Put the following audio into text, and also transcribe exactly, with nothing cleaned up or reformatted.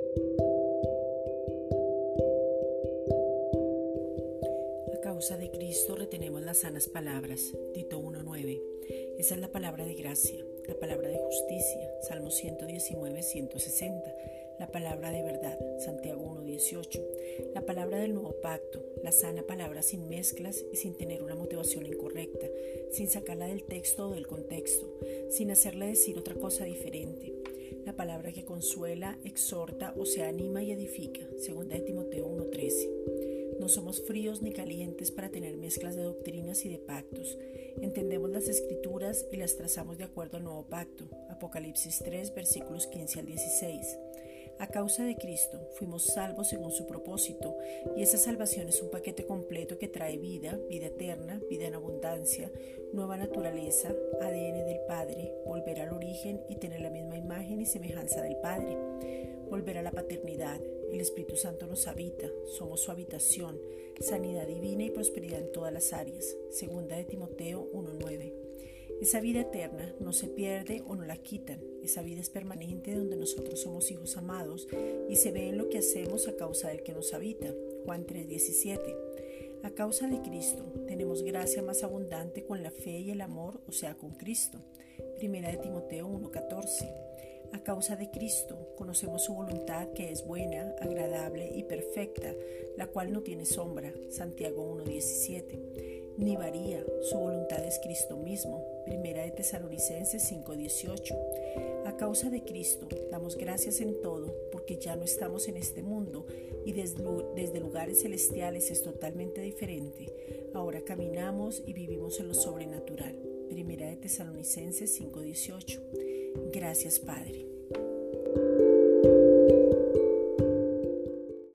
A causa de Cristo retenemos las sanas palabras. Tito uno nueve. Esa es la palabra de gracia, la palabra de justicia. Salmo ciento diecinueve, ciento sesenta. La palabra de verdad. Santiago uno dieciocho. La palabra del nuevo pacto, la sana palabra sin mezclas y sin tener una motivación incorrecta, sin sacarla del texto o del contexto, sin hacerle decir otra cosa diferente. La palabra que consuela, exhorta o se anima y edifica. Segunda de Timoteo uno trece. No somos fríos ni calientes para tener mezclas de doctrinas y de pactos. Entendemos las escrituras y las trazamos de acuerdo al nuevo pacto. Apocalipsis tres, versículos quince al dieciséis. A causa de Cristo fuimos salvos según su propósito, y esa salvación es un paquete completo que trae vida, vida eterna, vida en abundancia, nueva naturaleza, A D N del Padre, volver al origen y tener la misma imagen y semejanza del Padre, volver a la paternidad. El Espíritu Santo nos habita, somos su habitación, sanidad divina y prosperidad en todas las áreas. Segunda de Timoteo uno nueve. Esa vida eterna no se pierde o no la quitan. Esa vida es permanente donde nosotros somos hijos amados y se ve en lo que hacemos a causa del que nos habita. Juan tres diecisiete. A causa de Cristo tenemos gracia más abundante con la fe y el amor, o sea, con Cristo. Primera de Timoteo uno catorce. A causa de Cristo conocemos su voluntad, que es buena, agradable y perfecta, la cual no tiene sombra. Santiago uno diecisiete. Ni varía, su voluntad es Cristo mismo. Primera de Tesalonicenses cinco dieciocho. A causa de Cristo damos gracias en todo, porque ya no estamos en este mundo y desde, desde lugares celestiales es totalmente diferente. Ahora caminamos y vivimos en lo sobrenatural. Primera de Tesalonicenses cinco dieciocho. Gracias, Padre.